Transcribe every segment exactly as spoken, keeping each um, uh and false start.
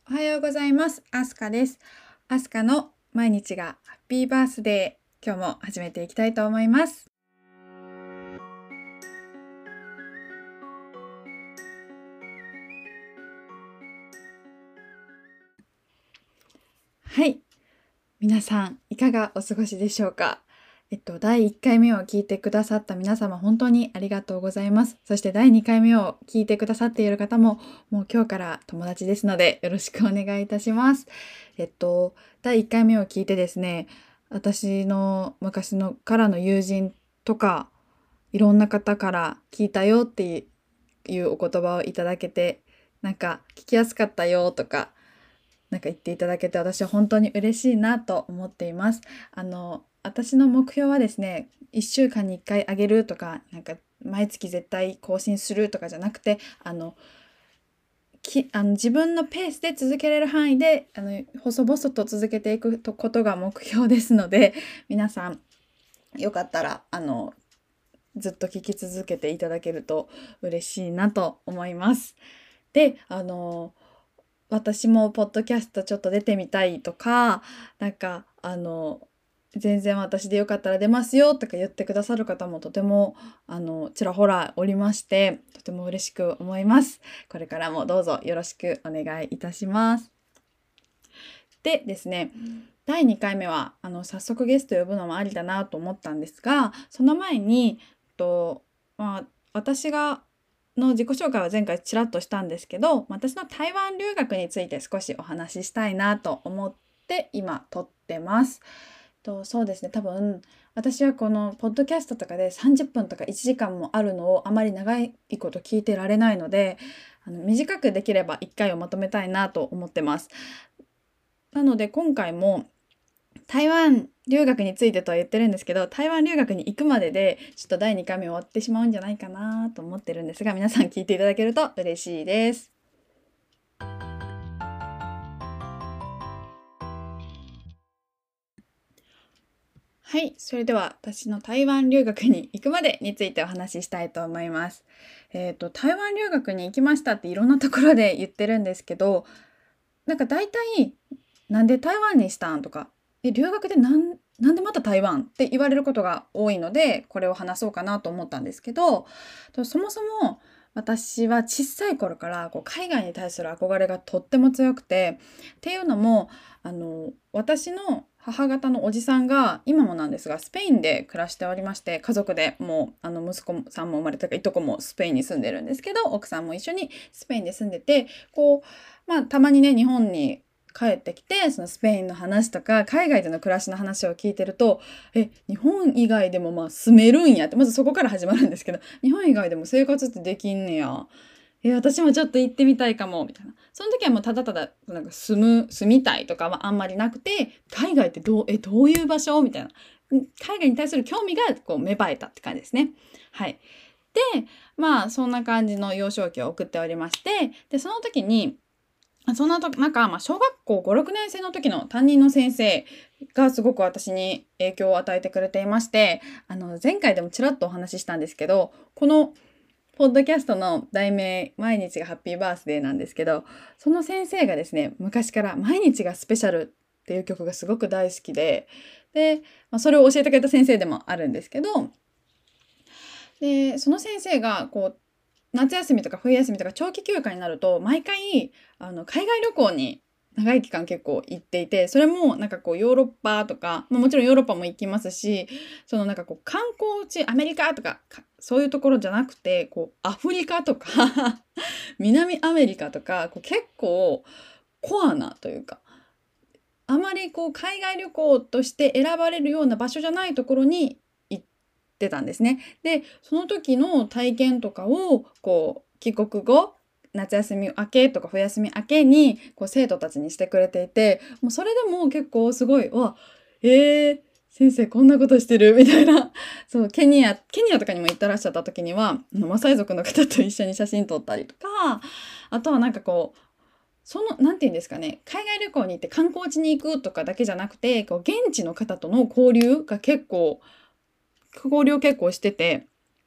おはようございます。アスカです。アスカの毎日がハッピーバースデー。今日も始めていきたいと思います。はい。皆さん、いかがお過ごしでしょうか？えっと、だいいっかいめを聞いてくださった皆様、本当にありがとうございます。そしてだいにかいめを聞いてくださっている方も、もう今日から友達ですので、よろしくお願いいたします。えっと、だいいっかいめを聞いてですね、私の昔のからの友人とか、いろんな方から聞いたよっていうお言葉をいただけて、なんか聞きやすかったよとか、なんか言っていただけて私は本当に嬉しいなと思っています。あの、私の目標はですね、いっしゅうかんにいっかいあげるとか、なんか毎月絶対更新するとかじゃなくて、あの、きあの自分のペースで続けれる範囲で、あの、細々と続けていくことが目標ですので、皆さんよかったら、あの、ずっと聞き続けていただけると嬉しいなと思います。で、あの、私もポッドキャストちょっと出てみたいとか、なんか、あの、全然私でよかったら出ますよとか言ってくださる方もとても、あの、ちらほらおりまして、とても嬉しく思います。これからもどうぞよろしくお願いいたします。でですね、だいにかいめは、あの、早速ゲスト呼ぶのもありだなと思ったんですが、その前に、と、まあ、私が、の自己紹介は前回ちらっとしたんですけど、私の台湾留学について少しお話ししたいなと思って今撮ってます。と、そうですね、多分私はこのポッドキャストとかでさんじゅっぷんとかいちじかんもあるのをあまり長いこと聞いてられないので、あの短くできればいっかいをまとめたいなと思ってます。なので今回も台湾留学についてとは言ってるんですけど、台湾留学に行くまででちょっとだいにかいめ終わってしまうんじゃないかなと思ってるんですが、皆さん聞いていただけると嬉しいです。はい、それでは私の台湾留学に行くまでについてお話ししたいと思います。えっと、台湾留学に行きましたっていろんなところで言ってるんですけど、なんか大体、なんで台湾にしたんとか、え、留学でなん、なんでまた台湾って言われることが多いので、これを話そうかなと思ったんですけど、とそもそも私は小さい頃からこう海外に対する憧れがとっても強くて、っていうのも、あの、私の母方のおじさんが今もなんですがスペインで暮らしておりまして、家族でもうあの息子さんも生まれたかいとこもスペインに住んでるんですけど、奥さんも一緒にスペインで住んでて、こうまあたまにね日本に帰ってきてそのスペインの話とか海外での暮らしの話を聞いてると、え日本以外でもまあ住めるんやって、まずそこから始まるんですけど、日本以外でも生活ってできんねや、え私もちょっと行ってみたいかもみたいな、その時はもうただただなんか住む住みたいとかはあんまりなくて、海外ってどうえどういう場所みたいな、海外に対する興味がこう芽生えたって感じですね。はい。で、まあそんな感じの幼少期を送っておりまして、でその時にそんなとなんか、まあ、小学校ご、ろくねん生の時の担任の先生がすごく私に影響を与えてくれていまして、あの前回でもちらっとお話ししたんですけど、このポッドキャストの題名「毎日がハッピーバースデー」なんですけど、その先生がですね、昔から「毎日がスペシャル」っていう曲がすごく大好きで、で、まあ、それを教えてくれた先生でもあるんですけど、でその先生がこう夏休みとか冬休みとか長期休暇になると毎回あの海外旅行に長い期間結構行っていて、それもなんかこうヨーロッパとか、まあ、もちろんヨーロッパも行きますし、そのなんかこう観光地アメリカとかそういうところじゃなくて、こうアフリカとか南アメリカとか、こう結構コアなというか、あまりこう海外旅行として選ばれるような場所じゃないところに行ってたんですね。で、その時の体験とかをこう帰国後、夏休み明けとか冬休み明けにこう生徒たちにしてくれていて、もうそれでも結構すごい、わ、えー、先生こんなことしてるみたいな。そう、ケニア、ケニアとかにも行ってらっしゃった時には、あのマサイ族の方と一緒に写真撮ったりとか、あとはなんかこう、その、なんて言うんですかね、海外旅行に行って観光地に行くとかだけじゃなくて、こう現地の方との交流が結構、交流を結構してて、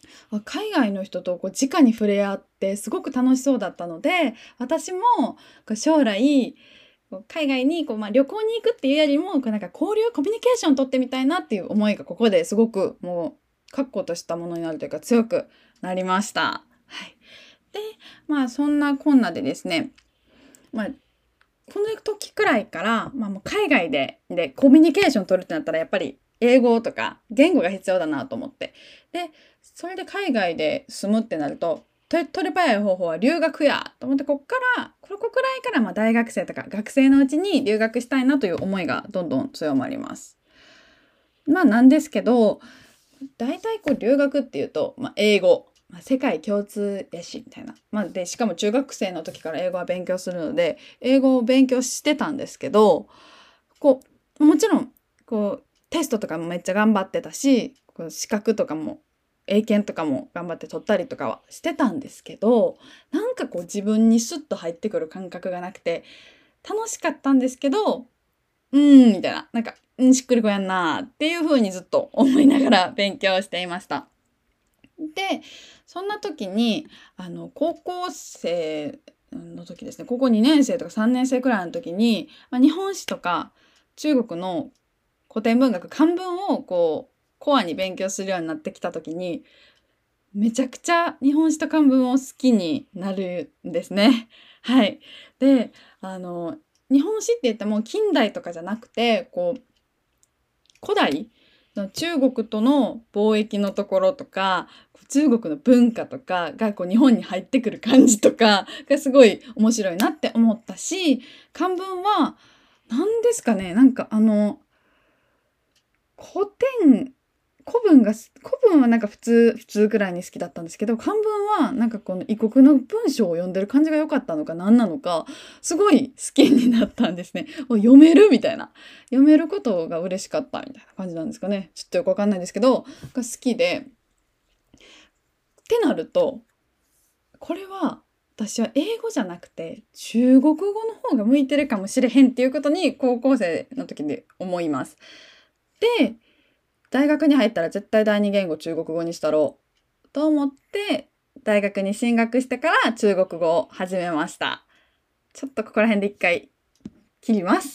あ、海外の人とこう直に触れ合ってすごく楽しそうだったので、私もこう将来こう海外にこう、まあ、旅行に行くっていうよりもこうなんか交流コミュニケーション取ってみたいなっていう思いがここですごくもう確固としたものになるというか強くなりました。はい、でまあそんなこんなでですね、まあ、この時くらいから、まあ、もう海外で、でコミュニケーション取るってなったらやっぱり英語とか言語が必要だなと思って、でそれで海外で住むってなると手っ取り早い方法は留学やと思って、こっからここくらいからまあ大学生とか学生のうちに留学したいなという思いがどんどん強まります。まあなんですけど、大体こう留学っていうと、まあ、英語、まあ、世界共通やしみたいな、まあ、でしかも中学生の時から英語は勉強するので英語を勉強してたんですけど、こうもちろんこうテストとかもめっちゃ頑張ってたし、こう資格とかも英検とかも頑張って取ったりとかはしてたんですけど、なんかこう自分にスッと入ってくる感覚がなくて楽しかったんですけど、うーんみたいな、なんか、うん、しっくりこやんなっていう風にずっと思いながら勉強していました。でそんな時にあの高校生の時ですね、高校にねん生とかさんねん生くらいの時に、まあ、日本史とか中国の古典文学漢文をこうコアに勉強するようになってきた時に、めちゃくちゃ日本史と漢文を好きになるんですね。はい。で、あの日本史って言っても近代とかじゃなくて、こう古代の中国との貿易のところとか、中国の文化とかがこう日本に入ってくる感じとかがすごい面白いなって思ったし、漢文は何ですかね、なんかあの古典古文が古文はなんか普通普通くらいに好きだったんですけど、漢文はなんかこの異国の文章を読んでる感じが良かったのか何なのかすごい好きになったんですね。読めるみたいな、読めることが嬉しかったみたいな感じなんですかね。ちょっとよくわかんないですけどが好きで、ってなるとこれは私は英語じゃなくて中国語の方が向いてるかもしれへんっていうことに高校生の時で思います。で大学に入ったら絶対第二言語中国語にしたろうと思って大学に進学してから中国語を始めました。ちょっとここら辺で一回切ります。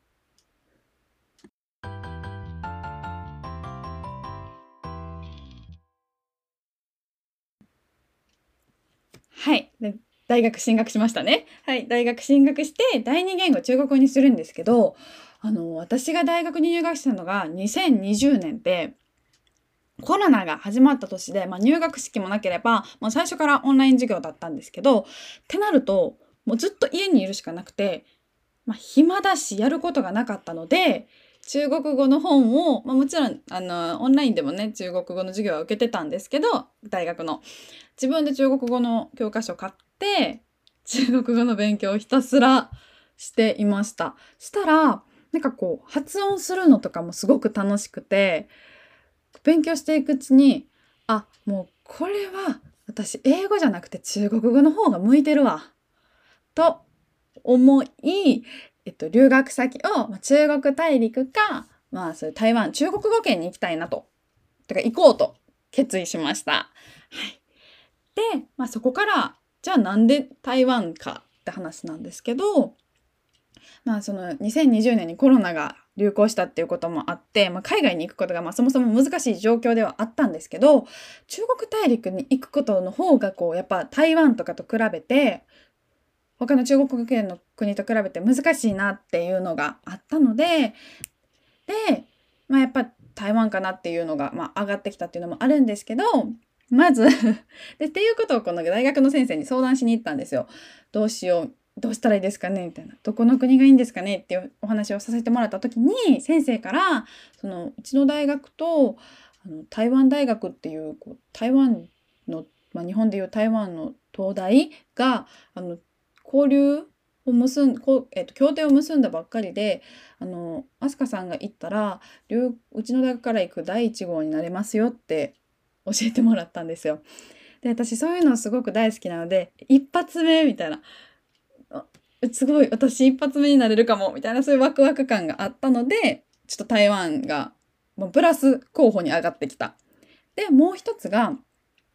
はい。で大学進学しましたね。はい。大学進学して第二言語中国語にするんですけど、あの私が大学に入学したのがにせんにじゅうねんでコロナが始まった年で、まあ、入学式もなければ、まあ、最初からオンライン授業だったんですけど、ってなるともうずっと家にいるしかなくて、まあ、暇だしやることがなかったので中国語の本を、まあ、もちろんあのオンラインでもね中国語の授業は受けてたんですけど、大学の自分で中国語の教科書を買って中国語の勉強をひたすらしていました。したらなんかこう発音するのとかもすごく楽しくて、勉強していくうちに、あ、もうこれは私英語じゃなくて中国語の方が向いてるわと思い、えっと、留学先を、まあ、中国大陸か、まあ、そういう台湾中国語圏に行きたいなと、てか行こうと決意しました。はい、で、まあ、そこからじゃあなんで台湾かって話なんですけど、まあそのにせんにじゅうねんにコロナが流行したっていうこともあって、まあ、海外に行くことがまあそもそも難しい状況ではあったんですけど、中国大陸に行くことの方がこうやっぱ台湾とかと比べて他の中国圏の国と比べて難しいなっていうのがあったので、で、まあ、やっぱ台湾かなっていうのが、まあ、上がってきたっていうのもあるんですけど、まずでっていうことをこの大学の先生に相談しに行ったんですよ。どうしようどうしたらいいですかねみたいな、どこの国がいいんですかねっていうお話をさせてもらった時に、先生からそのうちの大学とあの台湾大学っていう、こう台湾の、まあ、日本でいう台湾の東大があの交流を結んこう、えっと、協定を結んだばっかりで、あの飛鳥さんが行ったら留うちの大学から行くだいいち号になれますよって教えてもらったんですよ。で私そういうのすごく大好きなので、一発目みたいな、あすごい私一発目になれるかもみたいな、そういうワクワク感があったので、ちょっと台湾がもうプラス候補に上がってきた。でもう一つが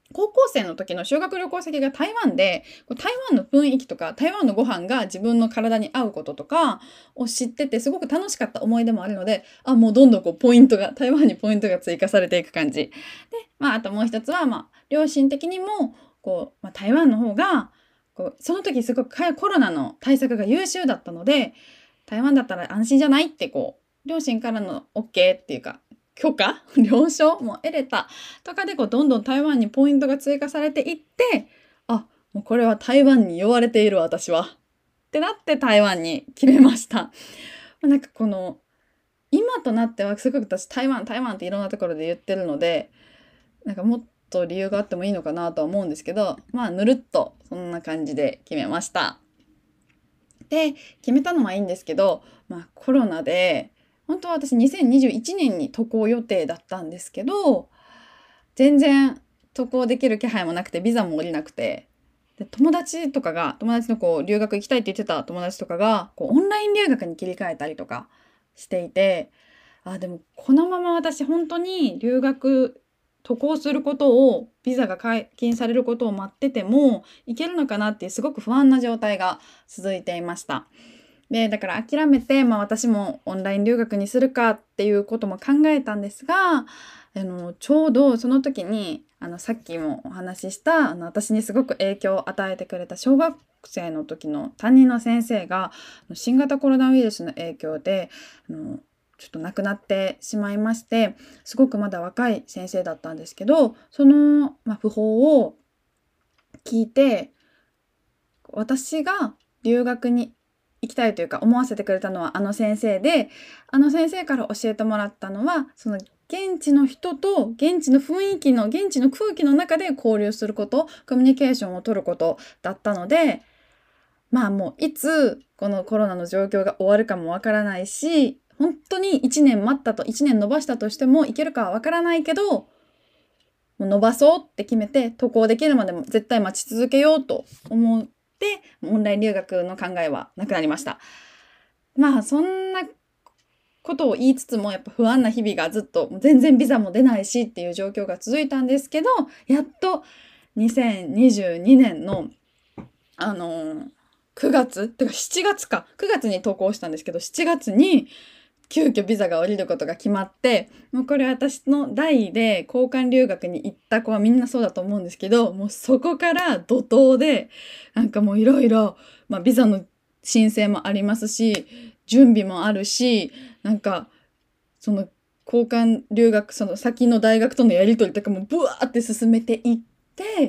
高校生の時の修学旅行先が台湾で、こう台湾の雰囲気とか台湾のご飯が自分の体に合うこととかを知ってて、すごく楽しかった思い出もあるので、あ、もうどんどんこうポイントが、台湾にポイントが追加されていく感じで、まあ、あともう一つは、まあ、両親的にもこう、まあ、台湾の方がこうその時すごくかコロナの対策が優秀だったので、台湾だったら安心じゃないってこう両親からの OK っていうか許可了承も得れたとかで、こうどんどん台湾にポイントが追加されていって、あ、もうこれは台湾に呼ばれている私はってなって台湾に決めました。なんかこの今となってはすごく私台湾台湾っていろんなところで言ってるので、なんかもっと理由があってもいいのかなとは思うんですけど、まあぬるっとそんな感じで決めました。で、決めたのはいいんですけど、まあコロナで本当は私にせんにじゅういちねんに渡航予定だったんですけど、全然渡航できる気配もなくてビザも下りなくて、で友達とかが友達のこう留学行きたいって言ってた友達とかがこうオンライン留学に切り替えたりとかしていて、あ、でもこのまま私本当に留学渡航することをビザが解禁されることを待っててもいけるのかなっていうすごく不安な状態が続いていました。で、だから諦めて、まあ私もオンライン留学にするかっていうことも考えたんですが、あの、ちょうどその時に、あの、さっきもお話しした、あの、私にすごく影響を与えてくれた小学生の時の担任の先生が、新型コロナウイルスの影響で、あの、ちょっと亡くなってしまいまして、すごくまだ若い先生だったんですけど、その、まあ、訃報を聞いて、私が留学に行きたいというか思わせてくれたのはあの先生で、あの先生から教えてもらったのは、その現地の人と現地の雰囲気の現地の空気の中で交流すること、コミュニケーションを取ることだったので、まあもういつこのコロナの状況が終わるかもわからないし、本当にいちねん待ったといちねん延ばしたとしてもいけるかはわからないけど、もう伸ばそうって決めて渡航できるまでも絶対待ち続けようと思ってオンライン留学の考えはなくなりました。まあそんなことを言いつつもやっぱ不安な日々がずっと全然ビザも出ないしっていう状況が続いたんですけど、やっとにせんにじゅうにねんのあのー、くがつてかしちがつかくがつに渡航したんですけど、しちがつに急遽ビザが下りることが決まって、もうこれ私の代で交換留学に行った子はみんなそうだと思うんですけど、もうそこから怒涛でなんかもういろいろビザの申請もありますし、準備もあるし、なんかその交換留学その先の大学とのやり取りとかもブワーって進めていって、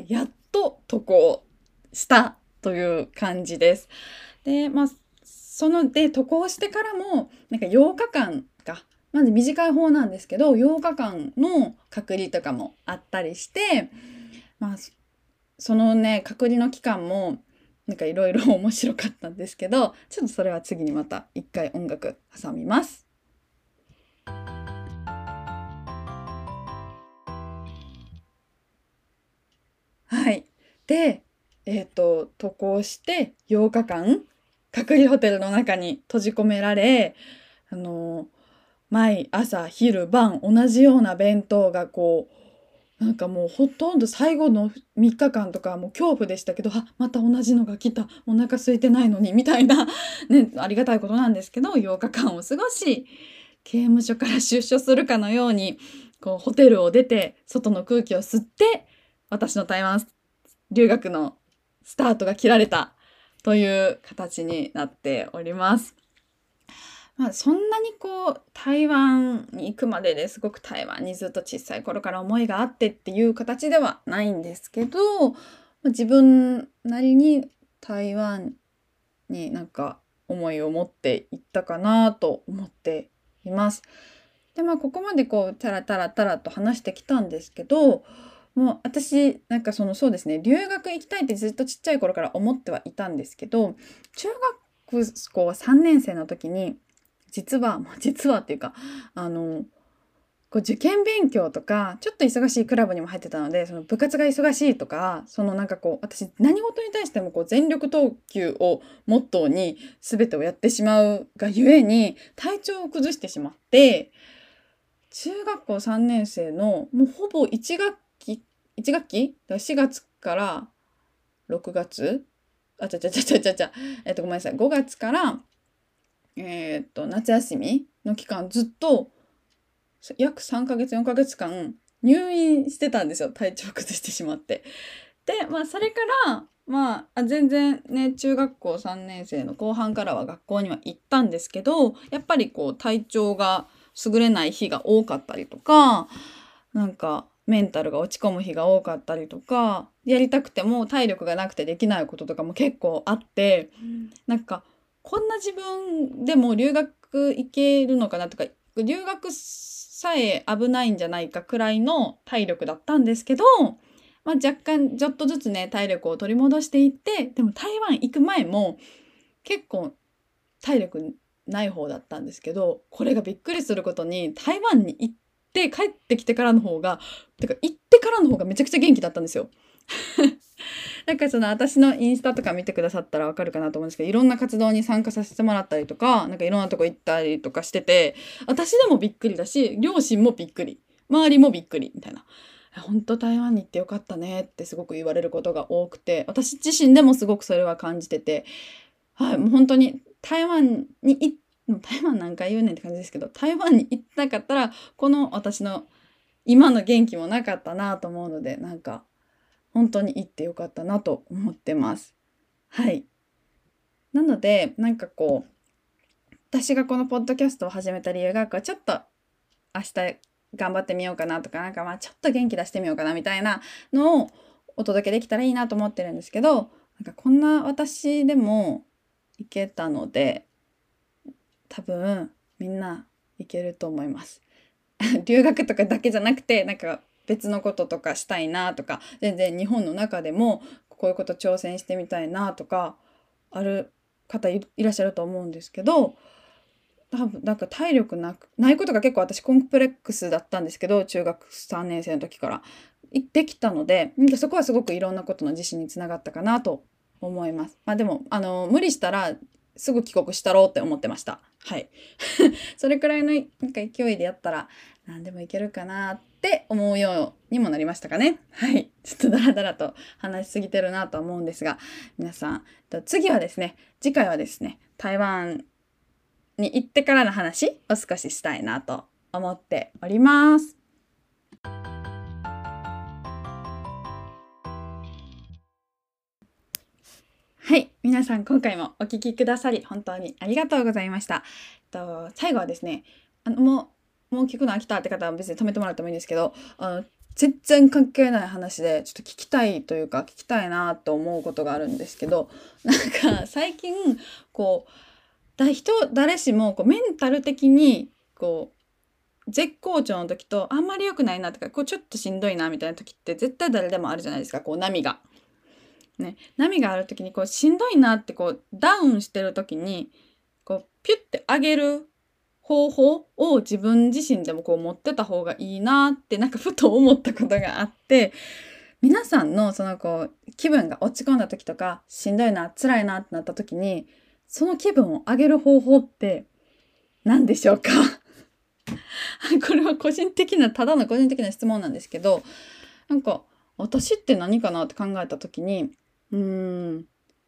やっと渡航したという感じです。で、まあそので渡航してからもなんかようかかんかまず短い方なんですけど、ようかかんの隔離とかもあったりして、まあそのね隔離の期間もなんかいろいろ面白かったんですけど、ちょっとそれは次にまた一回音楽挟みます。はい。で、えっと渡航してようかかん隔離ホテルの中に閉じ込められ、あの毎朝昼晩同じような弁当がこうなんかもうほとんど最後のみっかかんとかもう恐怖でしたけど、あ、また同じのが来た、お腹空いてないのにみたいなね、ありがたいことなんですけど、ようかかんを過ごし、刑務所から出所するかのようにこうホテルを出て外の空気を吸って、私の台湾留学のスタートが切られたという形になっております。まあ、そんなにこう台湾に行くまでですごく台湾にずっと小さい頃から思いがあってっていう形ではないんですけど、自分なりに台湾になんか思いを持っていったかなと思っています。で、まあここまでこうタラタラタラと話してきたんですけど、もう私なんかそのそうですね、留学行きたいってずっとちっちゃい頃から思ってはいたんですけど、中学校さんねん生の時に実は、まあ、実はっていうかあのこう受験勉強とかちょっと忙しいクラブにも入ってたので、その部活が忙しいとか、そのなんかこう私何事に対してもこう全力投球をモットーに全てをやってしまうがゆえに体調を崩してしまって、中学校さんねん生のもうほぼいち学期いち学期だからしがつからろくがつあちゃちゃちゃちゃちゃちゃえっとごめんなさいごがつからえーっと夏休みの期間ずっと約さんかげつよんかげつかん入院してたんですよ。体調崩してしまって。でまあそれからまあ全然ね中学校さんねん生の後半からは学校には行ったんですけど、やっぱりこう体調が優れない日が多かったりとか、なんかメンタルが落ち込む日が多かったりとか、やりたくても体力がなくてできないこととかも結構あって、なんかこんな自分でも留学行けるのかなとか、留学さえ危ないんじゃないかくらいの体力だったんですけど、まあ、若干ちょっとずつね体力を取り戻していって、でも台湾行く前も結構体力ない方だったんですけど、これがびっくりすることに台湾に行って帰ってきてからの方がてか行ってからの方がめちゃくちゃ元気だったんですよ。なんかその私のインスタとか見てくださったらわかるかなと思うんですけど、いろんな活動に参加させてもらったりとか、なんかいろんなとこ行ったりとかしてて、私でもびっくりだし両親もびっくり、周りもびっくりみたいな。本当台湾に行ってよかったねってすごく言われることが多くて、私自身でもすごくそれは感じてて、はい、もう本当に台湾に行っ台湾何回言うねんって感じですけど、台湾に行ってなかったらこの私の今の元気もなかったなと思うので、なんか本当に行ってよかったなと思ってます。はい。なのでなんかこう私がこのポッドキャストを始めた理由が、こうちょっと明日頑張ってみようかなとか、なんかまあちょっと元気出してみようかなみたいなのをお届けできたらいいなと思ってるんですけど、なんかこんな私でもいけたので、多分みんないけると思います。留学とかだけじゃなくて、なんか別のこととかしたいなとか、全然日本の中でもこういうこと挑戦してみたいなとかある方 い, いらっしゃると思うんですけど、多分なんか体力なくないことが結構私コンプレックスだったんですけど、中学さんねん生の時からできたので、なんかそこはすごくいろんなことの自信につながったかなと思います。まあでもあの無理したらすぐ帰国したろうって思ってました。はい。それくらいのなんか勢いでやったら何でもいけるかなって思うようにもなりましたかね。はい。ちょっとダラダラと話しすぎてるなと思うんですが、皆さん、次はですね、次回はですね、台湾に行ってからの話を少ししたいなと思っております。はい、皆さん今回もお聞きくださり本当にありがとうございました。と最後はですね、あのもうもう聞くの飽きたって方は別に止めてもらってもいいんですけど、あの全然関係ない話でちょっと聞きたいというか聞きたいなと思うことがあるんですけど、なんか最近こうだ人誰しもこうメンタル的にこう絶好調の時とあんまり良くないなとか、こうちょっとしんどいなみたいな時って絶対誰でもあるじゃないですか。こう波がね、波がある時にこうしんどいなってこうダウンしてる時にこうピュッて上げる方法を自分自身でもこう持ってた方がいいなってなんかふと思ったことがあって、皆さんのそのこう気分が落ち込んだ時とかしんどいな辛いなってなった時にその気分を上げる方法って何でしょうか？これは個人的なただの個人的な質問なんですけど、なんか私って何かなって考えた時にうーん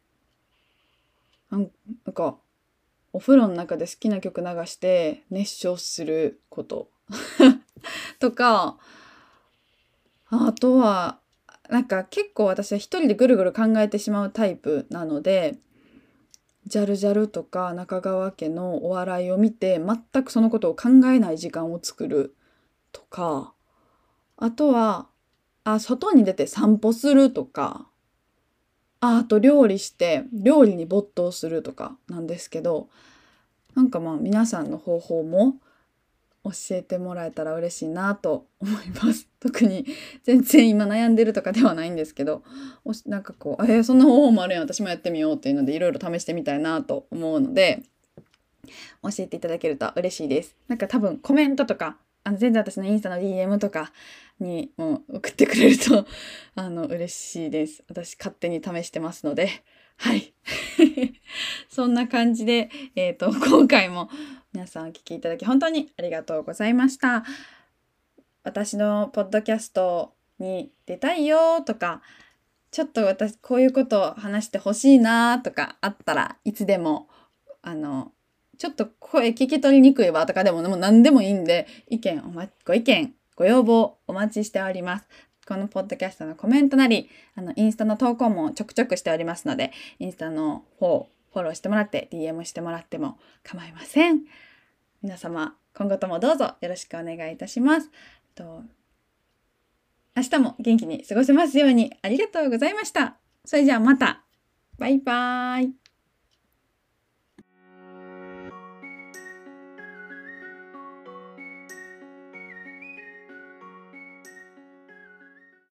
なんかお風呂の中で好きな曲流して熱唱することとか、あとはなんか結構私は一人でぐるぐる考えてしまうタイプなので、ジャルジャルとか中川家のお笑いを見て全くそのことを考えない時間を作るとか、あとはあ外に出て散歩するとか、ああと料理して料理に没頭するとかなんですけど、なんかまあ皆さんの方法も教えてもらえたら嬉しいなと思います。特に全然今悩んでるとかではないんですけど、おしなんかこう、えーそんな方法もあるやん、私もやってみようっていうのでいろいろ試してみたいなと思うので、教えていただけると嬉しいです。なんか多分コメントとか、あの全然私のインスタの ディーエム とかにも送ってくれるとあの嬉しいです。私勝手に試してますので、はい。そんな感じで、えっと、今回も皆さんお聞きいただき本当にありがとうございました。私のポッドキャストに出たいよとか、ちょっと私こういうことを話してほしいなとかあったらいつでもあのちょっと声聞き取りにくいわとかでももう何でもいいんで意見おまご意見ご要望お待ちしております。このポッドキャストのコメントなりあのインスタの投稿もちょくちょくしておりますので、インスタの方フォローしてもらって ディーエム してもらっても構いません。皆様今後ともどうぞよろしくお願いいたします。と明日も元気に過ごせますように。ありがとうございました。それじゃあまた。バイバーイ。